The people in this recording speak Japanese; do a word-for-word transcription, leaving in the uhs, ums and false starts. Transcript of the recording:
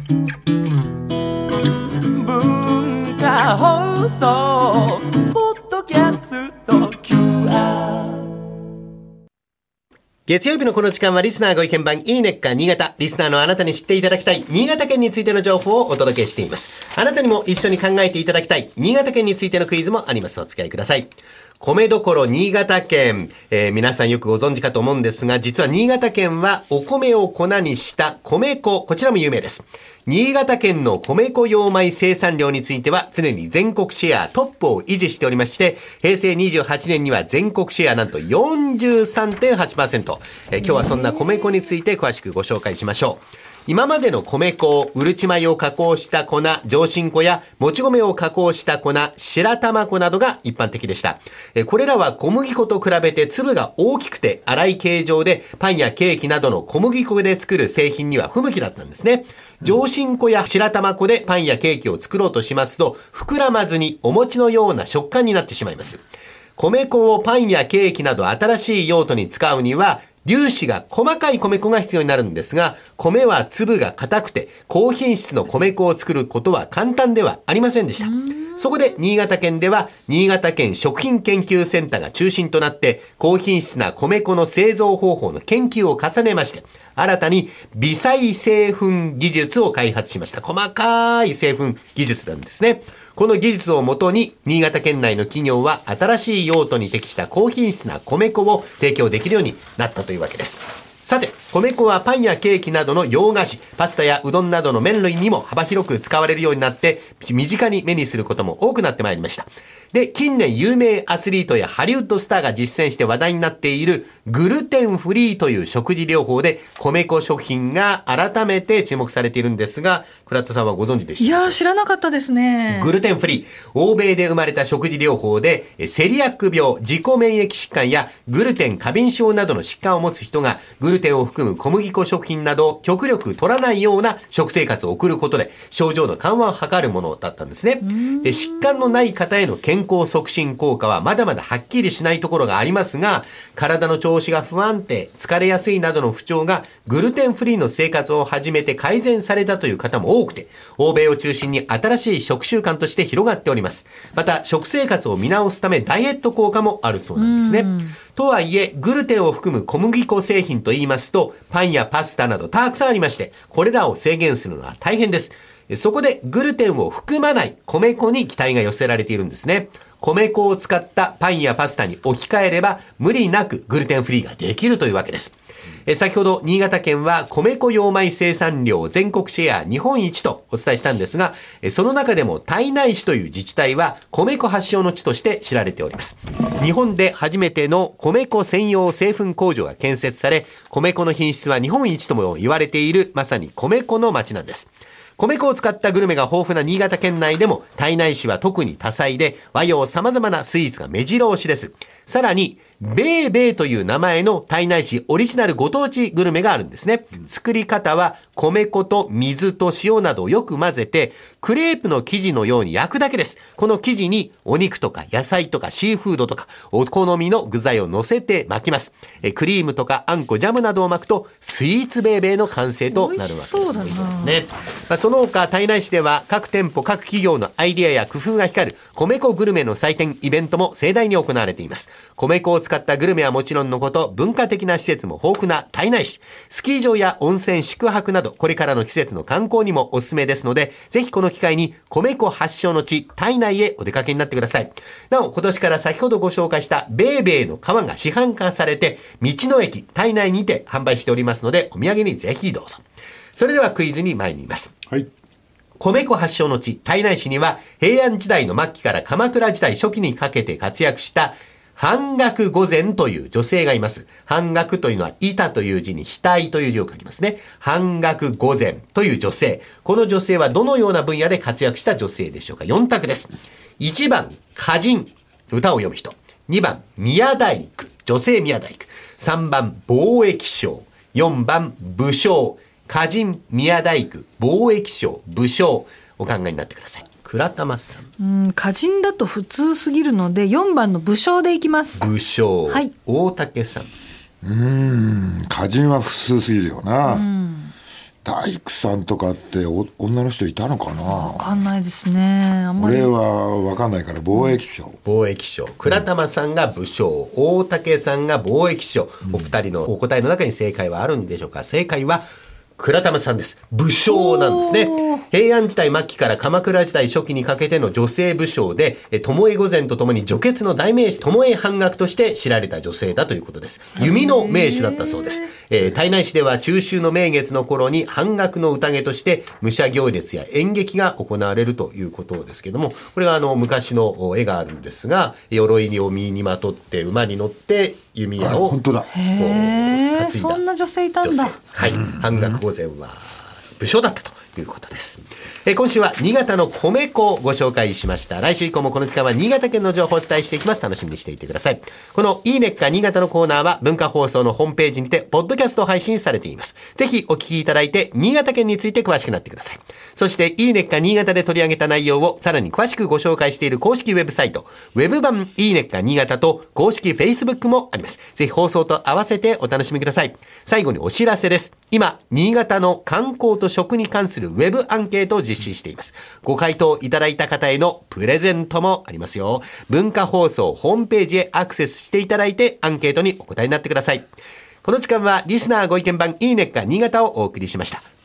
文化放送ポッドキャスト キューアール。 月曜日のこの時間はリスナーご意見番いいねっか新潟。リスナーのあなたに知っていただきたい新潟県についての情報をお届けしています。あなたにも一緒に考えていただきたい新潟県についてのクイズもあります。お付き合いください。米どころ新潟県、えー、皆さんよくご存知かと思うんですが、実は新潟県はお米を粉にした米粉、こちらも有名です。新潟県の米粉用米生産量については常に全国シェアトップを維持しておりまして、平成にじゅうはちねんには全国シェアなんと よんじゅうさんてんはちパーセント、えー、今日はそんな米粉について詳しくご紹介しましょう。今までの米粉、うるち米を加工した粉、上新粉やもち米を加工した粉、白玉粉などが一般的でした。これらは小麦粉と比べて粒が大きくて粗い形状で、パンやケーキなどの小麦粉で作る製品には不向きだったんですね。上新粉や白玉粉でパンやケーキを作ろうとしますと、膨らまずにお餅のような食感になってしまいます。米粉をパンやケーキなど新しい用途に使うには、粒子が細かい米粉が必要になるんですが、米は粒が硬くて高品質の米粉を作ることは簡単ではありませんでした。そこで新潟県では新潟県食品研究センターが中心となって高品質な米粉の製造方法の研究を重ねまして、新たに微細製粉技術を開発しました。細かい製粉技術なんですね。この技術をもとに新潟県内の企業は新しい用途に適した高品質な米粉を提供できるようになったというわけです。さて、米粉はパンやケーキなどの洋菓子、パスタやうどんなどの麺類にも幅広く使われるようになって、身近に目にすることも多くなってまいりました。で、近年有名アスリートやハリウッドスターが実践して話題になっているグルテンフリーという食事療法で米粉食品が改めて注目されているんですが、倉田さんはご存知でしょうか？ いやー、知らなかったですね。 グルテンフリー、欧米で生まれた食事療法でセリアック病、自己免疫疾患やグルテン過敏症などの疾患を持つ人がグルテンを含む小麦粉食品など極力取らないような食生活を送ることで症状の緩和を図るものだったんですね。で、疾患のない方への健康促進効果はまだまだはっきりしないところがありますが、体の調子が不安定、疲れやすいなどの不調がグルテンフリーの生活を始めて改善されたという方も多くて、欧米を中心に新しい食習慣として広がっております。また食生活を見直すためダイエット効果もあるそうなんですね。とはいえ、グルテンを含む小麦粉製品といいますと、パンやパスタなどたくさんありまして、これらを制限するのは大変です。そこでグルテンを含まない米粉に期待が寄せられているんですね。米粉を使ったパンやパスタに置き換えれば無理なくグルテンフリーができるというわけです。え先ほど新潟県は米粉用米生産量全国シェア日本一とお伝えしたんですが、その中でも胎内市という自治体は米粉発祥の地として知られております。日本で初めての米粉専用製粉工場が建設され、米粉の品質は日本一とも言われているまさに米粉の町なんです。米粉を使ったグルメが豊富な新潟県内でも胎内市は特に多彩で和洋様々なスイーツが目白押しです。さらにベーベーという名前の胎内市オリジナルご当地グルメがあるんですね。作り方は米粉と水と塩などをよく混ぜてクレープの生地のように焼くだけです。この生地にお肉とか野菜とかシーフードとかお好みの具材を乗せて巻きます。えクリームとかあんこジャムなどを巻くとスイーツベーベーの完成となるわけです。 美味しそうだな。 美味しそうですね。まあ、その他胎内市では各店舗各企業のアイデアや工夫が光る米粉グルメの祭典イベントも盛大に行われています。米粉を使ったグルメはもちろんのこと、文化的な施設も豊富な胎内市。スキー場や温泉宿泊などこれからの季節の観光にもおすすめですので、ぜひこの機会に米粉発祥の地胎内へお出かけになってください。なお今年から先ほどご紹介したベーベーの皮が市販化されて道の駅胎内にて販売しておりますので、お土産にぜひどうぞ。それではクイズに参ります。 はい。 米粉発祥の地胎内市には平安時代の末期から鎌倉時代初期にかけて活躍した半額御前という女性がいます。半額というのは板という字に額という字を書きますね。半額御前という女性。この女性はどのような分野で活躍した女性でしょうか？よん択です。いちばん歌人、歌を詠む人。にばん宮大工、女性宮大工。さんばん貿易商。よんばん武将。歌人、宮大工、貿易商、武将。お考えになってください。倉玉さん。 うん、歌人だと普通すぎるのでよんばんの武将でいきます。 武将。 はい。 大竹さん。 うーん歌人は普通すぎるよな。うん大工さんとかってお女の人いたのかな。 わかんないですね。あんまり。 俺は分かんないから貿易商、 貿易商、倉玉さんが武将、大竹さんが貿易商、お二人のお答えの中に正解はあるんでしょうか。正解は倉玉さんです。武将なんですね。平安時代末期から鎌倉時代初期にかけての女性武将で、巴御前とともに女傑の代名詞、巴半額として知られた女性だということです。弓の名手だったそうです。えー、胎内市では中秋の名月の頃に半額の宴として武者行列や演劇が行われるということですけども、これはあの昔の絵があるんですが、鎧を身にまとって馬に乗って弓矢を本当だ。 へー、そんな女性いたんだ。 はい、半額御前は武将だったということです。え今週は新潟の米粉をご紹介しました。来週以降もこの時間は新潟県の情報をお伝えしていきます。楽しみにしていてください。このいいねっか新潟のコーナーは文化放送のホームページにてポッドキャスト配信されています。ぜひお聞きいただいて新潟県について詳しくなってください。そしていいねっか新潟で取り上げた内容をさらに詳しくご紹介している公式ウェブサイト、ウェブ版いいねっか新潟と公式 Facebook もあります。ぜひ放送と合わせてお楽しみください。最後にお知らせです。今、新潟の観光と食に関するウェブアンケートを実施しています。ご回答いただいた方へのプレゼントもありますよ。文化放送ホームページへアクセスしていただいてアンケートにお答えになってください。この時間はリスナーご意見番いいねっか新潟をお送りしました。